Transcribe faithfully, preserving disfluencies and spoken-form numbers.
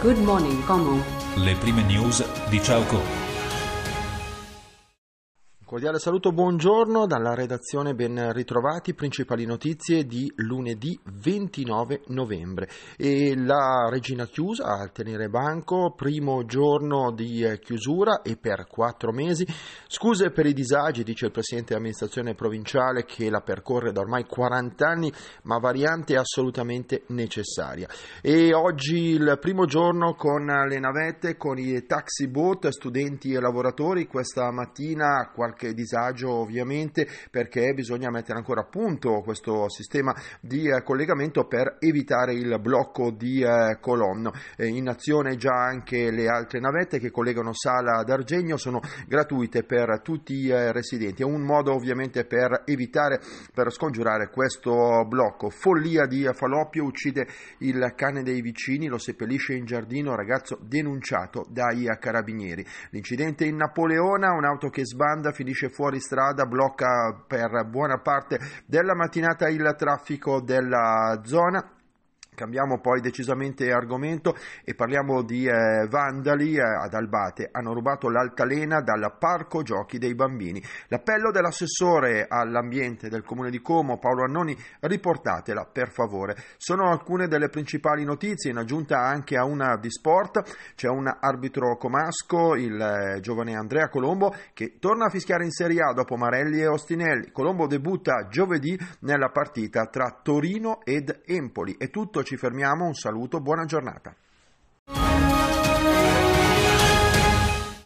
Good Morning Como. Le prime news di Ciao Co. Cordiale saluto, buongiorno dalla redazione, ben ritrovati. Principali notizie di lunedì ventinove novembre. E la Regina chiusa al tenere banco, primo giorno di chiusura e per quattro mesi. Scuse per i disagi, dice il presidente dell'amministrazione provinciale che la percorre da ormai quaranta anni, ma variante assolutamente necessaria. E oggi il primo giorno con le navette, con i taxi boat, studenti e lavoratori. Questa mattina qualche Qualche disagio ovviamente, perché bisogna mettere ancora a punto questo sistema di eh, collegamento per evitare il blocco di eh, Colonno. Eh, in azione già anche le altre navette che collegano Sala ad Argegno, sono gratuite per tutti i eh, residenti. È un modo ovviamente per evitare, per scongiurare questo blocco. Follia di Faloppio, uccide il cane dei vicini, lo seppellisce in giardino, ragazzo denunciato dai carabinieri. L'incidente in Napoleona, un'auto che sbanda finisce fuori strada, blocca per buona parte della mattinata il traffico della zona. Cambiamo poi decisamente argomento e parliamo di eh, vandali eh, ad Albate. Hanno rubato l'altalena dal parco giochi dei bambini. L'appello dell'assessore all'ambiente del comune di Como, Paolo Annoni: riportatela per favore. Sono alcune delle principali notizie, in aggiunta anche a una di sport. C'è un arbitro comasco, il eh, giovane Andrea Colombo, che torna a fischiare in Serie A dopo Marelli e Ostinelli. Colombo debutta giovedì nella partita tra Torino ed Empoli. È tutto, ci fermiamo, un saluto, buona giornata.